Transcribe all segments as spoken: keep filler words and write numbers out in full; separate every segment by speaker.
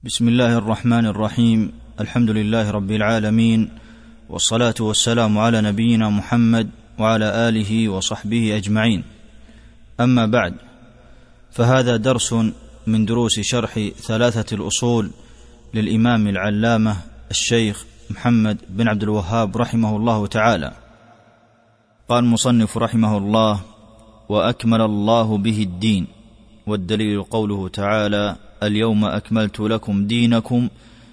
Speaker 1: بسم الله الرحمن الرحيم. الحمد لله رب العالمين، والصلاة والسلام على نبينا محمد وعلى آله وصحبه أجمعين. أما بعد، فهذا درس من دروس شرح ثلاثة الأصول للإمام العلامة الشيخ محمد بن عبد الوهاب رحمه الله تعالى. قال المصنف رحمه الله: وأكمل الله به الدين. والدليل قوله تعالى: اليوم أكملت لكم دينكم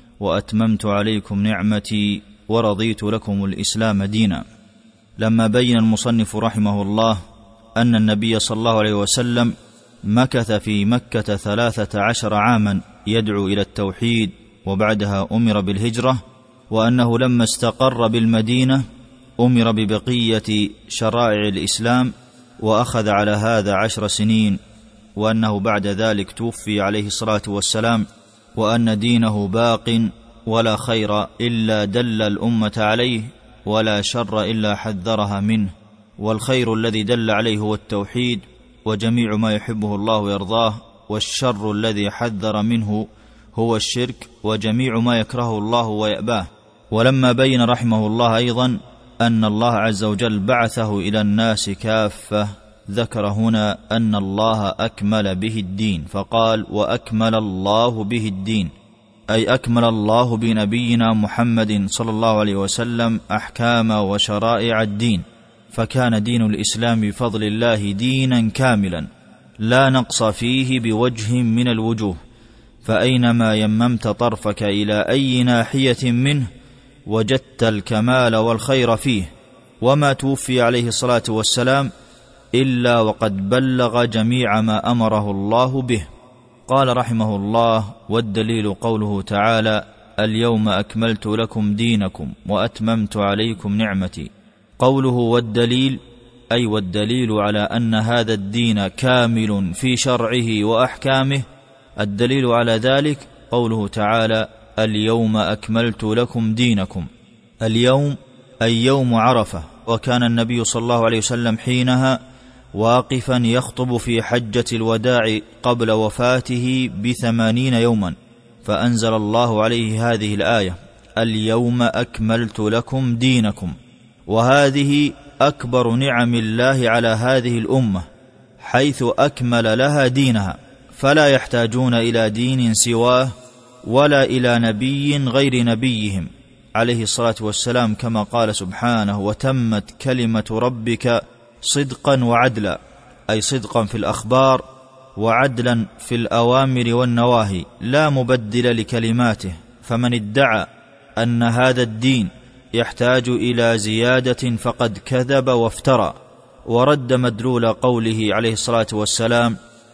Speaker 1: وأتممت عليكم نعمتي ورضيت لكم الإسلام دينا. لما بين المصنف رحمه الله أن النبي صلى الله عليه وسلم مكث في مكة ثلاثة عشر عاما يدعو إلى التوحيد، وبعدها أمر بالهجرة، وأنه لما استقر بالمدينة أمر ببقية شرائع الإسلام وأخذ على هذا عشر سنين، وأنه بعد ذلك توفي عليه الصلاة والسلام، وأن دينه باق ولا خير إلا دل الأمة عليه، ولا شر إلا حذرها منه، والخير الذي دل عليه هو التوحيد وجميع ما يحبه الله ويرضاه، والشر الذي حذر منه هو الشرك وجميع ما يكرهه الله ويأباه. ولما بين رحمه الله أيضا أن الله عز وجل بعثه إلى الناس كافة، ذكر هنا أن الله أكمل به الدين، فقال: وأكمل الله به الدين، أي أكمل الله بنبينا محمد صلى الله عليه وسلم أحكام وشرائع الدين، فكان دين الإسلام بفضل الله دينا كاملا لا نقص فيه بوجه من الوجوه، فأينما يممت طرفك إلى أي ناحية منه وجدت الكمال والخير فيه. وما توفي عليه الصلاة والسلام إلا وقد بلغ جميع ما أمره الله به. قال رحمه الله: والدليل قوله تعالى: اليوم أكملت لكم دينكم وأتممت عليكم نعمتي. قوله والدليل، أي والدليل على أن هذا الدين كامل في شرعه وأحكامه. الدليل على ذلك قوله تعالى: اليوم أكملت لكم دينكم. اليوم أي يوم عرفة، وكان النبي صلى الله عليه وسلم حينها واقفا يخطب في حجة الوداع قبل وفاته بثمانين يوما، فأنزل الله عليه هذه الآية: اليوم أكملت لكم دينكم. وهذه أكبر نعم الله على هذه الأمة، حيث أكمل لها دينها، فلا يحتاجون إلى دين سواه ولا إلى نبي غير نبيهم عليه الصلاة والسلام، كما قال سبحانه: وتمت كلمة ربك صدقا وعدلا، أي صدقا في الأخبار وعدلا في الأوامر والنواهي، لا مبدل لكلماته. فمن ادعى أن هذا الدين يحتاج إلى زيادة فقد كذب وافترى، ورد مدلول قوله عليه الصلاة والسلام: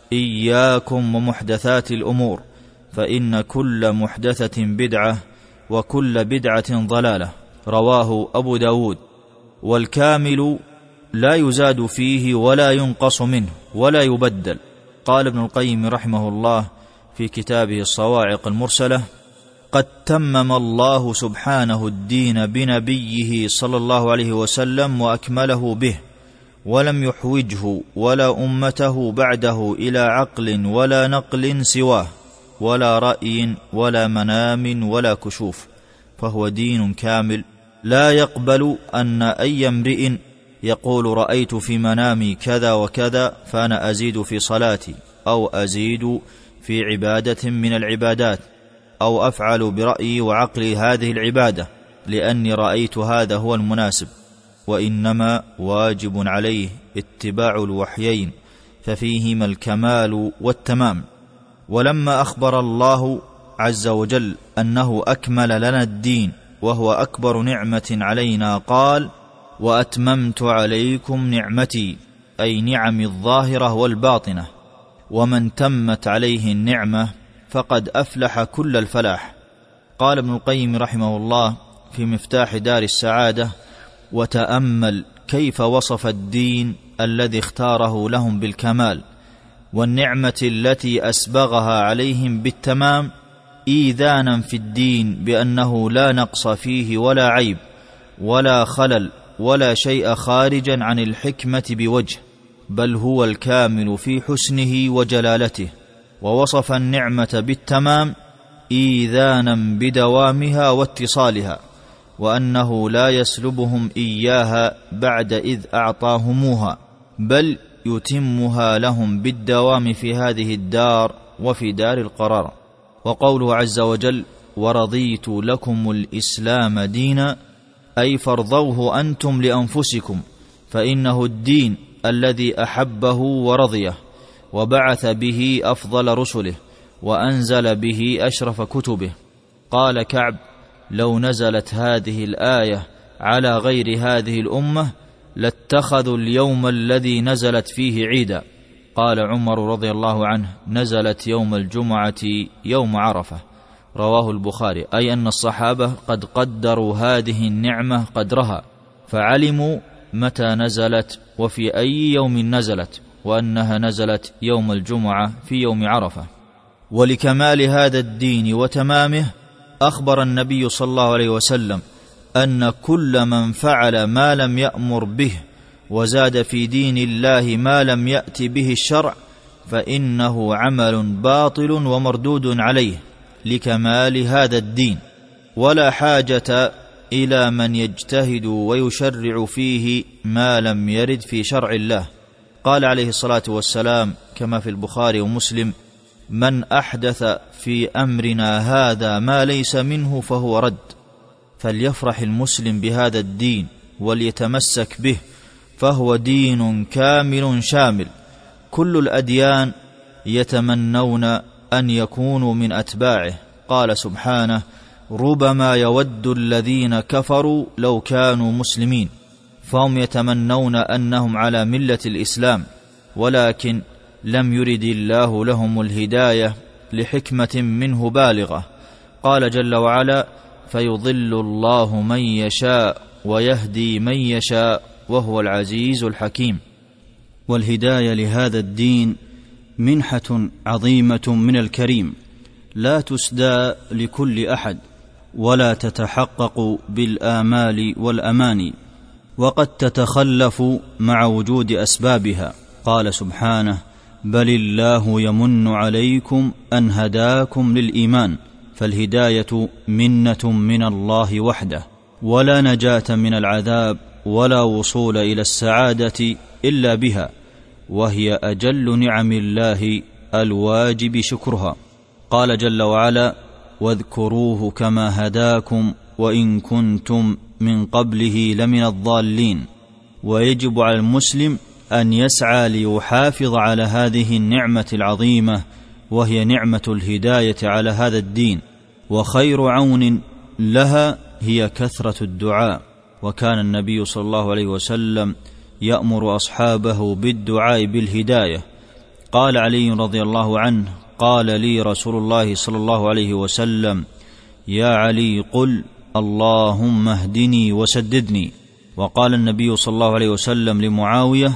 Speaker 1: إياكم ومحدثات الأمور، فإن كل محدثة بدعة وكل بدعة ضلالة. رواه أبو داود. والكامل لا يزاد فيه ولا ينقص منه ولا يبدل. قال ابن القيم رحمه الله في كتابه الصواعق المرسلة: قد تمم الله سبحانه الدين بنبيه صلى الله عليه وسلم وأكمله به، ولم يحوجه ولا أمته بعده إلى عقل ولا نقل سواه، ولا رأي ولا منام ولا كشوف، فهو دين كامل لا يقبل أن أي امرئ يقول: رأيت في منامي كذا وكذا فأنا أزيد في صلاتي، أو أزيد في عبادة من العبادات، أو أفعل برأيي وعقلي هذه العبادة لأني رأيت هذا هو المناسب. وإنما واجب عليه اتباع الوحيين، ففيهما الكمال والتمام. ولما أخبر الله عز وجل أنه أكمل لنا الدين وهو أكبر نعمة علينا، قال: وأتممت عليكم نعمتي، أي نعم الظاهرة والباطنة. ومن تمت عليه النعمة فقد أفلح كل الفلاح. قال ابن القيم رحمه الله في مفتاح دار السعادة: وتأمل كيف وصف الدين الذي اختاره لهم بالكمال، والنعمة التي أسبغها عليهم بالتمام، إيذانا في الدين بأنه لا نقص فيه ولا عيب ولا خلل ولا شيء خارجا عن الحكمة بوجه، بل هو الكامل في حسنه وجلالته. ووصف النعمة بالتمام إيذانا بدوامها واتصالها، وأنه لا يسلبهم إياها بعد إذ أعطاهموها، بل يتمها لهم بالدوام في هذه الدار وفي دار القرار. وقوله عز وجل: ورضيت لكم الإسلام دينا، أي فارضوه أنتم لأنفسكم، فإنه الدين الذي أحبه ورضيه، وبعث به أفضل رسله، وأنزل به أشرف كتبه. قال كعب: لو نزلت هذه الآية على غير هذه الأمة لاتخذوا اليوم الذي نزلت فيه عيدا. قال عمر رضي الله عنه: نزلت يوم الجمعة يوم عرفة. رواه البخاري، أي أن الصحابة قد قدروا هذه النعمة قدرها، فعلموا متى نزلت وفي أي يوم نزلت، وأنها نزلت يوم الجمعة في يوم عرفة. ولكمال هذا الدين وتمامه أخبر النبي صلى الله عليه وسلم أن كل من فعل ما لم يأمر به وزاد في دين الله ما لم يأت به الشرع فإنه عمل باطل ومردود عليه لكمال هذا الدين، ولا حاجة إلى من يجتهد ويشرع فيه ما لم يرد في شرع الله. قال عليه الصلاة والسلام كما في البخاري ومسلم: من أحدث في أمرنا هذا ما ليس منه فهو رد. فليفرح المسلم بهذا الدين وليتمسك به، فهو دين كامل شامل. كل الأديان يتمنون أن يكونوا من أتباعه. قال سبحانه: ربما يود الذين كفروا لو كانوا مسلمين. فهم يتمنون أنهم على ملة الإسلام، ولكن لم يرد الله لهم الهداية لحكمة منه بالغة. قال جل وعلا: فيضل الله من يشاء ويهدي من يشاء وهو العزيز الحكيم. والهداية لهذا الدين منحة عظيمة من الكريم، لا تسدى لكل أحد، ولا تتحقق بالآمال والأماني، وقد تتخلف مع وجود أسبابها. قال سبحانه: بل الله يمن عليكم أن هداكم للإيمان. فالهداية منة من الله وحده، ولا نجاة من العذاب ولا وصول إلى السعادة إلا بها، وهي أجل نعم الله الواجب شكرها. قال جل وعلا: واذكروه كما هداكم وإن كنتم من قبله لمن الضالين. ويجب على المسلم أن يسعى ليحافظ على هذه النعمة العظيمة، وهي نعمة الهداية على هذا الدين، وخير عون لها هي كثرة الدعاء. وكان النبي صلى الله عليه وسلم يأمر أصحابه بالدعاء بالهداية. قال علي رضي الله عنه: قال لي رسول الله صلى الله عليه وسلم: يا علي قل اللهم اهدني وسددني. وقال النبي صلى الله عليه وسلم لمعاوية: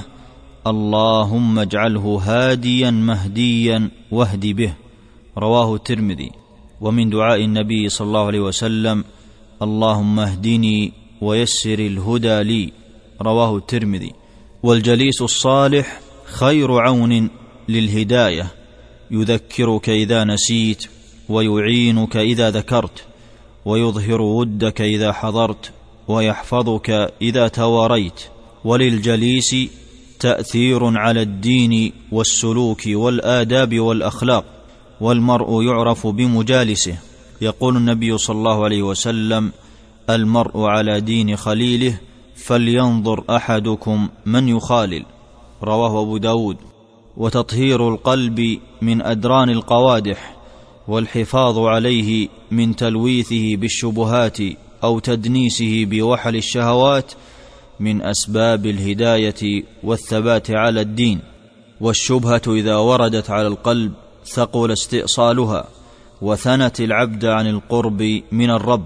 Speaker 1: اللهم اجعله هاديا مهديا واهد به. رواه الترمذي. ومن دعاء النبي صلى الله عليه وسلم: اللهم اهدني ويسر الهدى لي. رواه الترمذي. والجليس الصالح خير عون للهداية، يذكرك إذا نسيت، ويعينك إذا ذكرت، ويظهر ودك إذا حضرت، ويحفظك إذا تواريت. وللجليس تأثير على الدين والسلوك والآداب والأخلاق، والمرء يعرف بمجالسه. يقول النبي صلى الله عليه وسلم: المرء على دين خليله، فلينظر أحدكم من يخالل. رواه أبو داود. وتطهير القلب من أدران القوادح، والحفاظ عليه من تلويثه بالشبهات أو تدنيسه بوحل الشهوات من أسباب الهداية والثبات على الدين. والشبهة إذا وردت على القلب ثقل استئصالها، وثنت العبد عن القرب من الرب.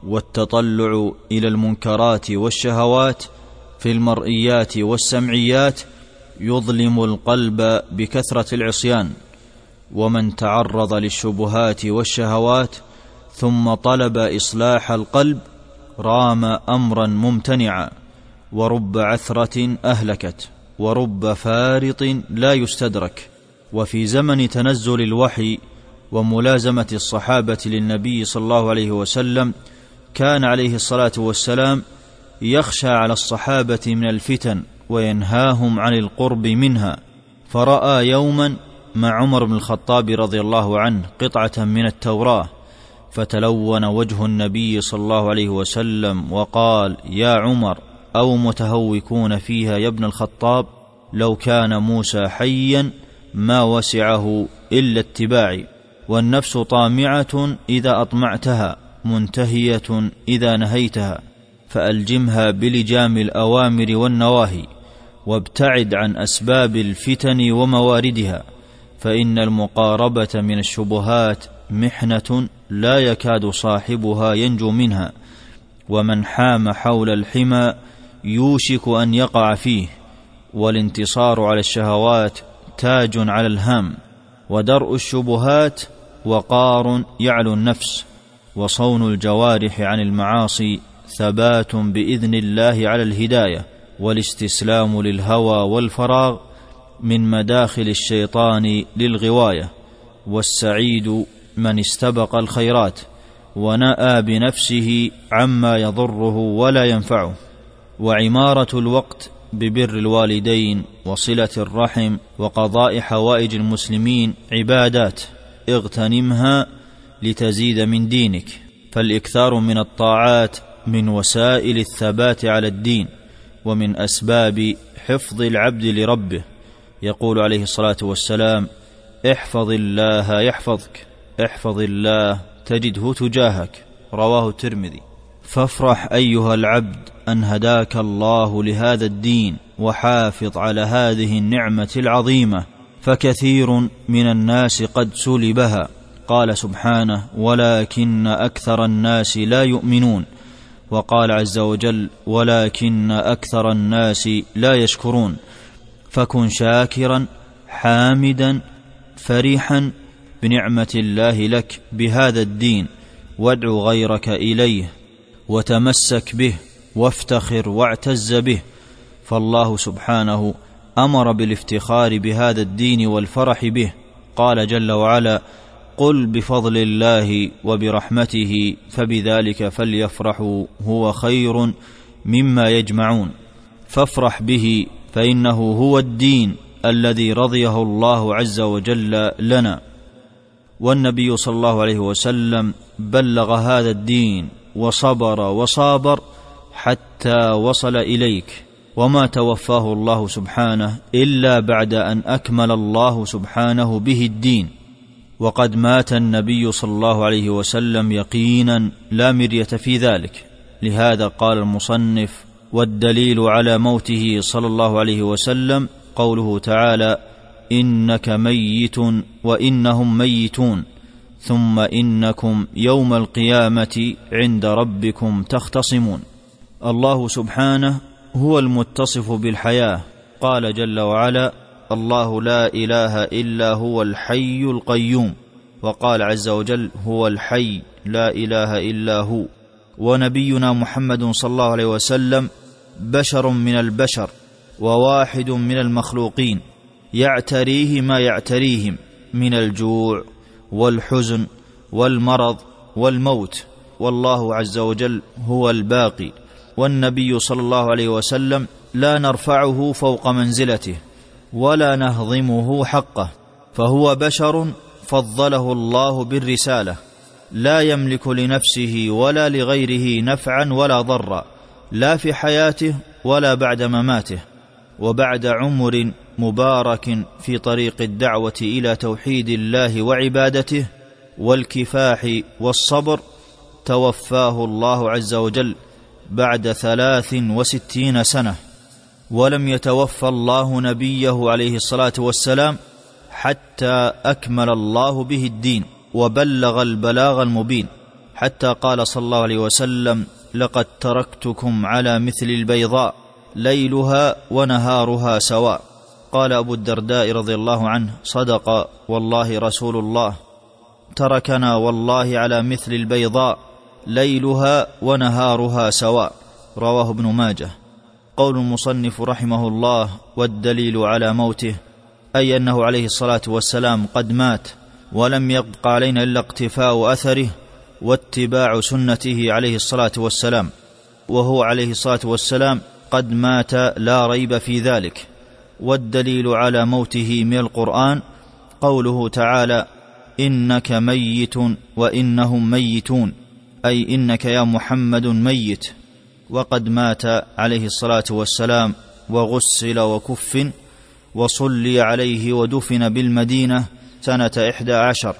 Speaker 1: والتطلع إلى المنكرات والشهوات في المرئيات والسمعيات يظلم القلب بكثرة العصيان. ومن تعرض للشبهات والشهوات ثم طلب إصلاح القلب رام أمرا ممتنعا، ورب عثرة أهلكت، ورب فارط لا يستدرك. وفي زمن تنزل الوحي وملازمة الصحابة للنبي صلى الله عليه وسلم، كان عليه الصلاة والسلام يخشى على الصحابة من الفتن وينهاهم عن القرب منها. فرأى يوما مع عمر بن الخطاب رضي الله عنه قطعة من التوراة، فتلون وجه النبي صلى الله عليه وسلم وقال: يا عمر، أو متهوكون فيها يا ابن الخطاب؟ لو كان موسى حيا ما وسعه إلا اتباعي، والنفس طامعة إذا أطمعتها، منتهية إذا نهيتها، فألجمها بلجام الأوامر والنواهي، وابتعد عن أسباب الفتن ومواردها، فإن المقاربة من الشبهات محنة لا يكاد صاحبها ينجو منها، ومن حام حول الحمى يوشك أن يقع فيه، والانتصار على الشهوات تاج على الهام، ودرء الشبهات وقار يعلو النفس، وصون الجوارح عن المعاصي ثبات بإذن الله على الهداية، والاستسلام للهوى والفراغ من مداخل الشيطان للغواية. والسعيد من استبق الخيرات ونأى بنفسه عما يضره ولا ينفعه. وعمارة الوقت ببر الوالدين وصلة الرحم وقضاء حوائج المسلمين عبادات، اغتنمها لتزيد من دينك، فالإكثار من الطاعات من وسائل الثبات على الدين ومن أسباب حفظ العبد لربه. يقول عليه الصلاة والسلام: احفظ الله يحفظك، احفظ الله تجده تجاهك، رواه الترمذي. فافرح أيها العبد أن هداك الله لهذا الدين، وحافظ على هذه النعمة العظيمة، فكثير من الناس قد سلبها. قال سبحانه: ولكن أكثر الناس لا يؤمنون. وقال عز وجل: ولكن أكثر الناس لا يشكرون. فكن شاكرا حامدا فرحا بنعمة الله لك بهذا الدين، وادعو غيرك إليه، وتمسك به، وافتخر واعتز به، فالله سبحانه أمر بالافتخار بهذا الدين والفرح به. قال جل وعلا: قل بفضل الله وبرحمته فبذلك فليفرحوا هو خير مما يجمعون. فافرح به، فإنه هو الدين الذي رضيه الله عز وجل لنا. والنبي صلى الله عليه وسلم بلغ هذا الدين وصبر وصابر حتى وصل إليك، وما توفاه الله سبحانه إلا بعد أن أكمل الله سبحانه به الدين. وقد مات النبي صلى الله عليه وسلم يقينا لا مرية في ذلك. لهذا قال المصنف: والدليل على موته صلى الله عليه وسلم قوله تعالى: إنك ميت وإنهم ميتون ثم إنكم يوم القيامة عند ربكم تختصمون. الله سبحانه هو المتصف بالحياة، قال جل وعلا: الله لا إله إلا هو الحي القيوم. وقال عز وجل: هو الحي لا إله إلا هو. ونبينا محمد صلى الله عليه وسلم بشر من البشر وواحد من المخلوقين، يعتريه ما يعتريهم من الجوع والحزن والمرض والموت، والله عز وجل هو الباقي. والنبي صلى الله عليه وسلم لا نرفعه فوق منزلته ولا نهضمه حقه، فهو بشر فضله الله بالرسالة، لا يملك لنفسه ولا لغيره نفعا ولا ضرا، لا في حياته ولا بعد مماته. وبعد عمر مبارك في طريق الدعوة إلى توحيد الله وعبادته والكفاح والصبر، توفاه الله عز وجل بعد ثلاث وستين سنة. ولم يتوفى الله نبيه عليه الصلاة والسلام حتى أكمل الله به الدين وبلغ البلاغ المبين، حتى قال صلى الله عليه وسلم: لقد تركتكم على مثل البيضاء ليلها ونهارها سواء. قال أبو الدرداء رضي الله عنه: صدق والله رسول الله، تركنا والله على مثل البيضاء ليلها ونهارها سواء. رواه ابن ماجه. قول المصنف رحمه الله: والدليل على موته، أي أنه عليه الصلاة والسلام قد مات ولم يبق علينا إلا اقتفاء أثره واتباع سنته عليه الصلاة والسلام، وهو عليه الصلاة والسلام قد مات لا ريب في ذلك. والدليل على موته من القرآن قوله تعالى: إنك ميت وإنهم ميتون، أي إنك يا محمد ميت. وقد مات عليه الصلاة والسلام وغسل وكفن وصلي عليه ودفن بالمدينة سنة إحدى عشر.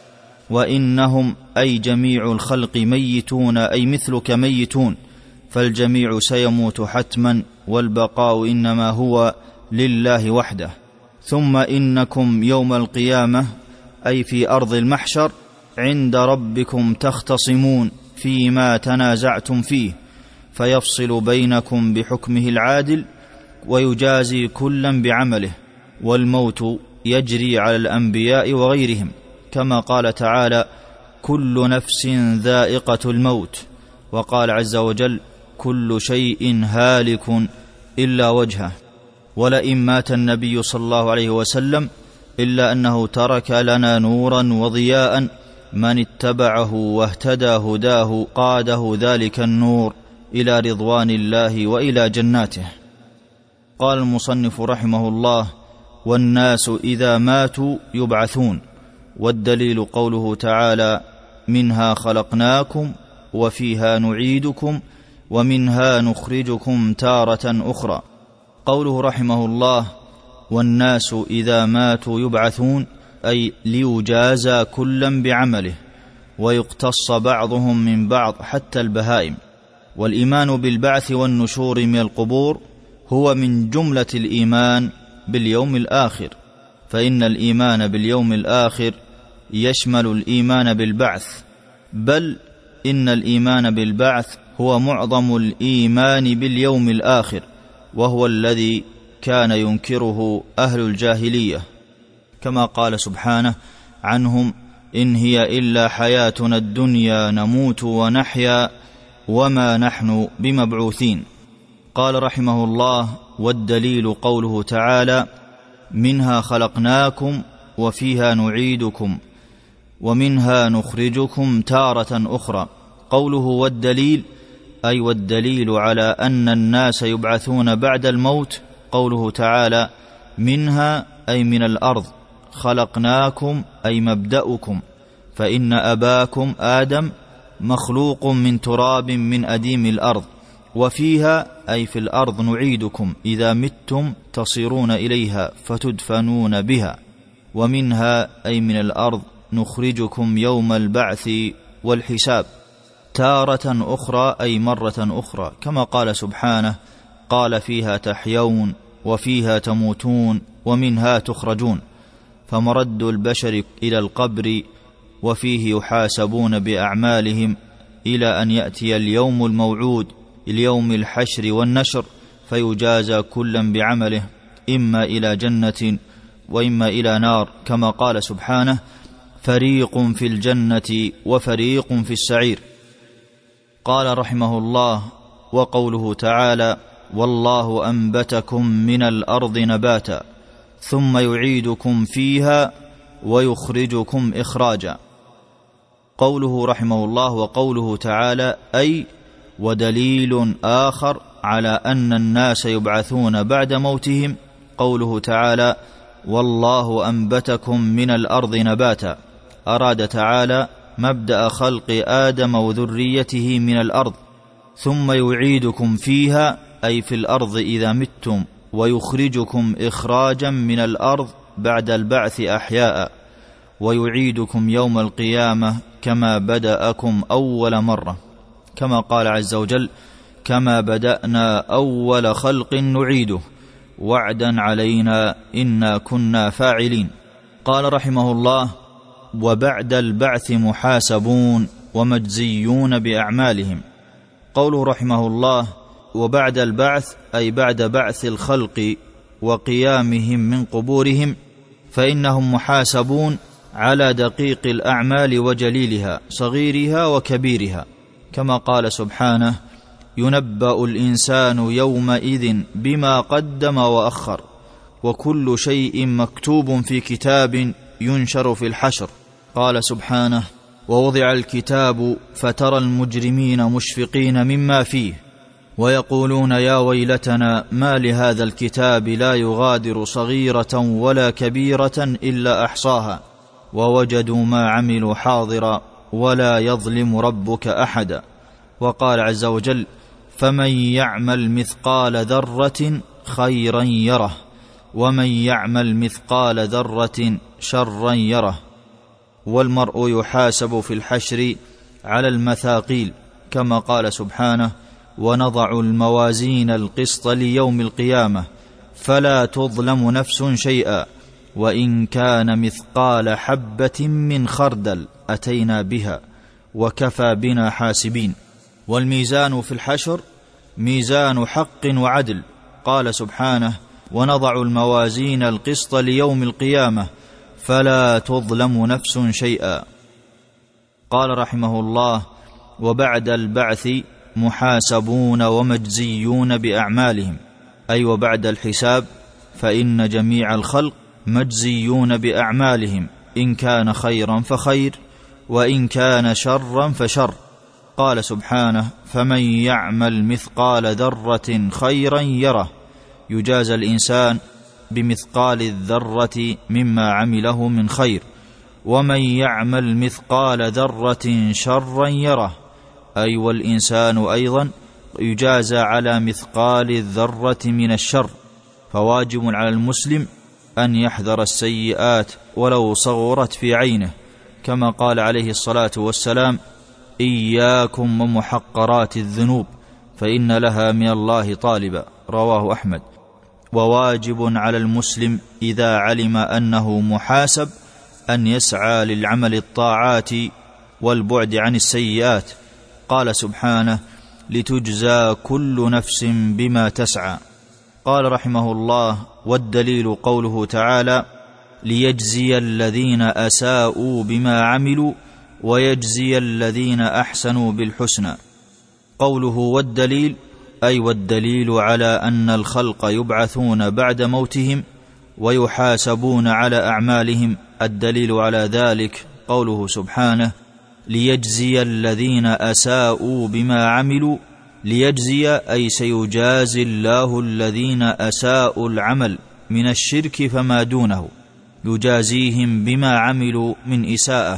Speaker 1: وإنهم أي جميع الخلق ميتون، أي مثلك ميتون، فالجميع سيموت حتما، والبقاء إنما هو لله وحده. ثم إنكم يوم القيامة، أي في أرض المحشر، عند ربكم تختصمون فيما تنازعتم فيه، فيفصل بينكم بحكمه العادل ويجازي كلا بعمله. والموت يجري على الأنبياء وغيرهم، كما قال تعالى: كل نفس ذائقة الموت. وقال عز وجل: كل شيء هالك إلا وجهه. ولئن مات النبي صلى الله عليه وسلم إلا أنه ترك لنا نورا وضياء، من اتبعه واهتدى هداه قاده ذلك النور إلى رضوان الله وإلى جناته. قال المصنف رحمه الله: والناس إذا ماتوا يبعثون. والدليل قوله تعالى: منها خلقناكم وفيها نعيدكم ومنها نخرجكم تارة أخرى. قوله رحمه الله: والناس إذا ماتوا يبعثون، أي ليجازى كلا بعمله ويقتص بعضهم من بعض حتى البهائم. والإيمان بالبعث والنشور من القبور هو من جملة الإيمان باليوم الآخر، فإن الإيمان باليوم الآخر يشمل الإيمان بالبعث، بل إن الإيمان بالبعث هو معظم الإيمان باليوم الآخر، وهو الذي كان ينكره أهل الجاهلية، كما قال سبحانه عنهم: إن هي إلا حياتنا الدنيا نموت ونحيا وما نحن بمبعوثين. قال رحمه الله: والدليل قوله تعالى: منها خلقناكم وفيها نعيدكم ومنها نخرجكم تارة أخرى. قوله والدليل، أي والدليل على أن الناس يبعثون بعد الموت، قوله تعالى: منها أي من الأرض، خلقناكم أي مبدأكم، فإن أباكم آدم مخلوق من تراب من أديم الأرض، وفيها أي في الأرض نعيدكم إذا متم تصيرون إليها فتدفنون بها، ومنها أي من الأرض نخرجكم يوم البعث والحساب تارة أخرى أي مرة أخرى، كما قال سبحانه: قال فيها تحيون وفيها تموتون ومنها تخرجون. فمرد البشر إلى القبر وفيه يحاسبون بأعمالهم إلى أن يأتي اليوم الموعود، اليوم الحشر والنشر، فيجازى كلا بعمله، إما إلى جنة وإما إلى نار، كما قال سبحانه: فريق في الجنة وفريق في السعير. قال رحمه الله: وقوله تعالى: والله أنبتكم من الأرض نباتا ثم يعيدكم فيها ويخرجكم إخراجا. قوله رحمه الله وقوله تعالى أي ودليل آخر على أن الناس يبعثون بعد موتهم قوله تعالى: والله أنبتكم من الأرض نباتا. أراد تعالى مبدأ خلق آدم وذريته من الأرض، ثم يعيدكم فيها أي في الأرض إذا متم، ويخرجكم إخراجا من الأرض بعد البعث أحياء، ويعيدكم يوم القيامة كما بدأكم أول مرة، كما قال عز وجل: كما بدأنا أول خلق نعيده وعدا علينا إنا كنا فاعلين. قال رحمه الله: وبعد البعث محاسبون ومجزيون بأعمالهم. قوله رحمه الله: وبعد البعث أي بعد بعث الخلق وقيامهم من قبورهم، فإنهم محاسبون على دقيق الأعمال وجليلها صغيرها وكبيرها، كما قال سبحانه: ينبأ الإنسان يومئذ بما قدم وأخر وكل شيء مكتوب في كتاب ينشر في الحشر. قال سبحانه: ووضع الكتاب فترى المجرمين مشفقين مما فيه ويقولون يا ويلتنا ما لهذا الكتاب لا يغادر صغيرة ولا كبيرة إلا أحصاها ووجدوا ما عملوا حاضرا ولا يظلم ربك أحدا. وقال عز وجل: فمن يعمل مثقال ذرة خيرا يره ومن يعمل مثقال ذرة شرا يره. والمرء يحاسب في الحشر على المثاقيل، كما قال سبحانه: ونضع الموازين القسط ليوم القيامة فلا تظلم نفس شيئا وإن كان مثقال حبة من خردل أتينا بها وكفى بنا حاسبين. والميزان في الحشر ميزان حق وعدل. قال سبحانه: ونضع الموازين القسط ليوم القيامة فلا تظلم نفس شيئا. قال رحمه الله: وبعد البعث محاسبون ومجزيون بأعمالهم، أي وبعد الحساب فإن جميع الخلق مجزيون بأعمالهم، إن كان خيرا فخير وإن كان شرا فشر. قال سبحانه: فمن يعمل مثقال ذرة خيرا يره، يجازى الإنسان بمثقال الذرة مما عمله من خير. ومن يعمل مثقال ذرة شرا يره، أي والإنسان أيضا يجازى على مثقال الذرة من الشر. فواجب على المسلم أن يحذر السيئات ولو صغرت في عينه، كما قال عليه الصلاة والسلام: إياكم ومحقرات الذنوب فإن لها من الله طالبا، رواه أحمد. وواجب على المسلم إذا علم أنه محاسب أن يسعى للعمل الطاعات والبعد عن السيئات. قال سبحانه: لتجزى كل نفس بما تسعى. قال رحمه الله: والدليل قوله تعالى: ليجزي الذين أساءوا بما عملوا ويجزي الذين أحسنوا بالحسنى. قوله والدليل، أي والدليل على أن الخلق يبعثون بعد موتهم ويحاسبون على أعمالهم. الدليل على ذلك قوله سبحانه: ليجزي الذين أساءوا بما عملوا. ليجزي أي سيجازي الله الذين أساءوا العمل من الشرك فما دونه، يجازيهم بما عملوا من إساءة.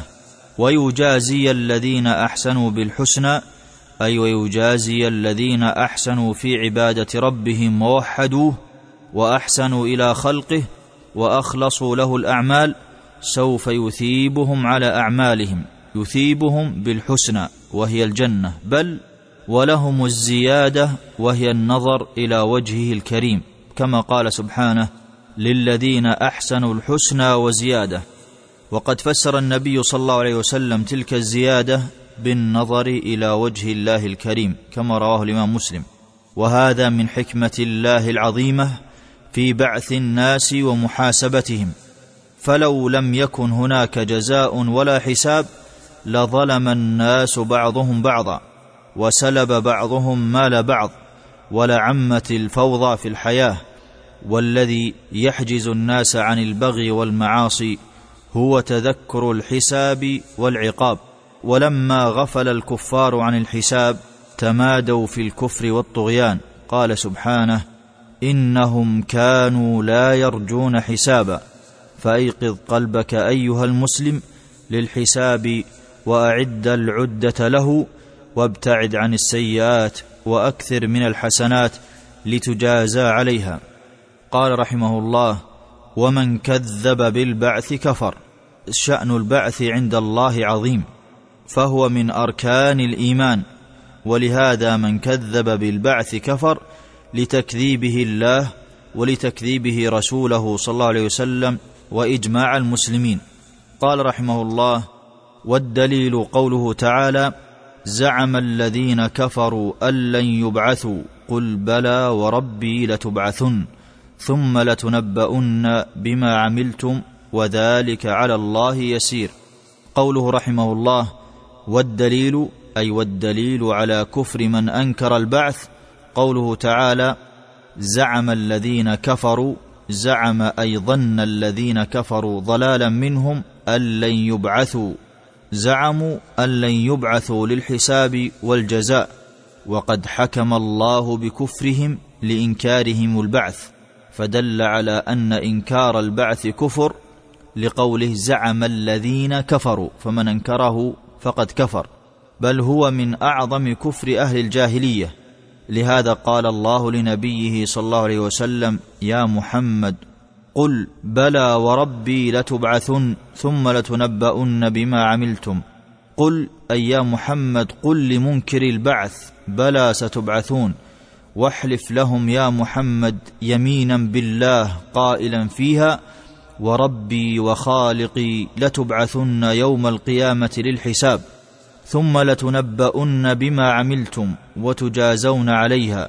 Speaker 1: ويجازي الذين أحسنوا بالحسنى، أي ويجازي الذين أحسنوا في عبادة ربهم ووحدوه وأحسنوا إلى خلقه وأخلصوا له الأعمال، سوف يثيبهم على أعمالهم، يثيبهم بالحسنى وهي الجنة، بل ولهم الزيادة وهي النظر إلى وجهه الكريم، كما قال سبحانه: للذين أحسنوا الحسنى وزيادة. وقد فسر النبي صلى الله عليه وسلم تلك الزيادة بالنظر إلى وجه الله الكريم، كما رواه الإمام مسلم. وهذا من حكمة الله العظيمة في بعث الناس ومحاسبتهم، فلو لم يكن هناك جزاء ولا حساب لظلم الناس بعضهم بعضا وسلب بعضهم مال بعض ولعمت الفوضى في الحياة. والذي يحجز الناس عن البغي والمعاصي هو تذكر الحساب والعقاب. ولما غفل الكفار عن الحساب تمادوا في الكفر والطغيان. قال سبحانه: إنهم كانوا لا يرجون حسابا. فأيقظ قلبك أيها المسلم للحساب وأعد العدة له، وابتعد عن السيئات وأكثر من الحسنات لتجازى عليها. قال رحمه الله: ومن كذب بالبعث كفر. شأن البعث عند الله عظيم، فهو من أركان الإيمان، ولهذا من كذب بالبعث كفر، لتكذيبه الله ولتكذيبه رسوله صلى الله عليه وسلم وإجماع المسلمين. قال رحمه الله: والدليل قوله تعالى: زعم الذين كفروا أن لن يبعثوا قل بلى وربي لتبعثن ثم لتنبؤن بما عملتم وذلك على الله يسير. قوله رحمه الله: والدليل، أي والدليل على كفر من أنكر البعث، قوله تعالى: زعم الذين كفروا زعم أي ظن الذين كفروا ضلالا منهم أن لن يبعثوا، زعموا أن لن يبعثوا للحساب والجزاء، وقد حكم الله بكفرهم لإنكارهم البعث، فدل على أن إنكار البعث كفر لقوله زعم الذين كفروا، فمن أنكره فقد كفر، بل هو من أعظم كفر أهل الجاهلية. لهذا قال الله لنبيه صلى الله عليه وسلم: يا محمد قل بلى وربي لتبعثن ثم لتنبؤن بما عملتم. قل أي يا محمد قل لمنكر البعث بلى ستبعثون، واحلف لهم يا محمد يمينا بالله قائلا فيها: وربي وخالقي لتبعثن يوم القيامة للحساب ثم لتنبؤن بما عملتم وتجازون عليها.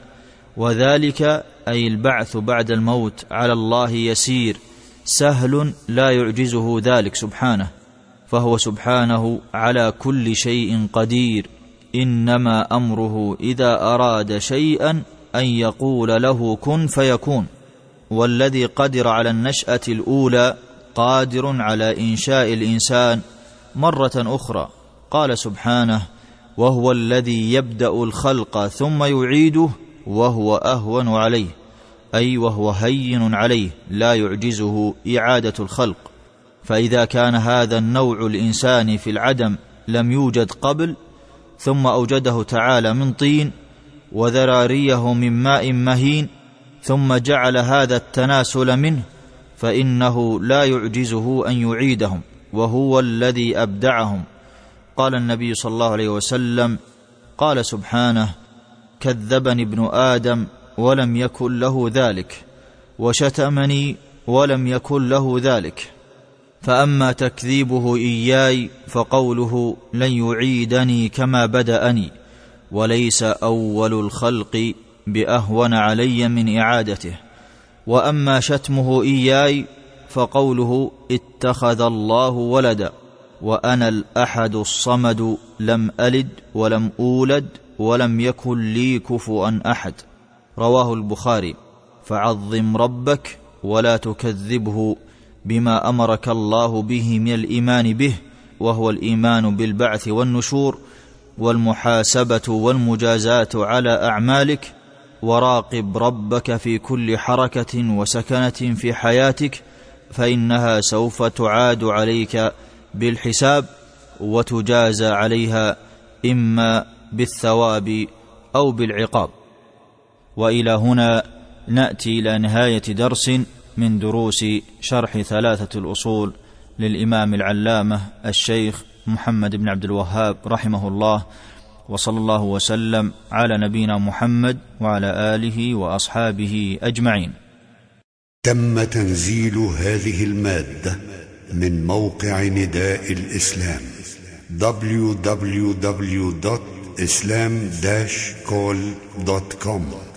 Speaker 1: وذلك أي البعث بعد الموت على الله يسير سهل لا يعجزه ذلك سبحانه، فهو سبحانه على كل شيء قدير، إنما أمره إذا أراد شيئا أن يقول له كن فيكون. والذي قدر على النشأة الأولى قادر على إنشاء الإنسان مرة أخرى. قال سبحانه: وهو الذي يبدأ الخلق ثم يعيده وهو أهون عليه، أي وهو هين عليه لا يعجزه إعادة الخلق. فإذا كان هذا النوع الإنساني في العدم لم يوجد قبل، ثم أوجده تعالى من طين وذراريه من ماء مهين، ثم جعل هذا التناسل منه، فإنه لا يعجزه أن يعيدهم، وهو الذي أبدعهم. قال النبي صلى الله عليه وسلم: قال سبحانه: كذبني ابن آدم ولم يكن له ذلك، وشتمني ولم يكن له ذلك. فأما تكذيبه إياي فقوله لن يعيدني كما بدأني، وليس أول الخلق بأهون علي من إعادته. وأما شتمه إياي فقوله اتخذ الله ولدا، وأنا الأحد الصمد لم ألد ولم أولد ولم يكن لي كفوا أحد. رواه البخاري. فعظم ربك ولا تكذبه بما أمرك الله به من الإيمان به، وهو الإيمان بالبعث والنشور والمحاسبة والمجازاة على أعمالك. وراقب ربك في كل حركة وسكنة في حياتك، فإنها سوف تعاد عليك بالحساب وتجازى عليها إما بالثواب أو بالعقاب. وإلى هنا نأتي إلى نهاية درس من دروس شرح ثلاثة الأصول للإمام العلامة الشيخ محمد بن عبد الوهاب رحمه الله، وصلى الله وسلم على نبينا محمد وعلى آله وأصحابه أجمعين.
Speaker 2: تم تنزيل هذه المادة من موقع نداء الإسلام دبليو دبليو دبليو دوت إسلام داش كول دوت كوم.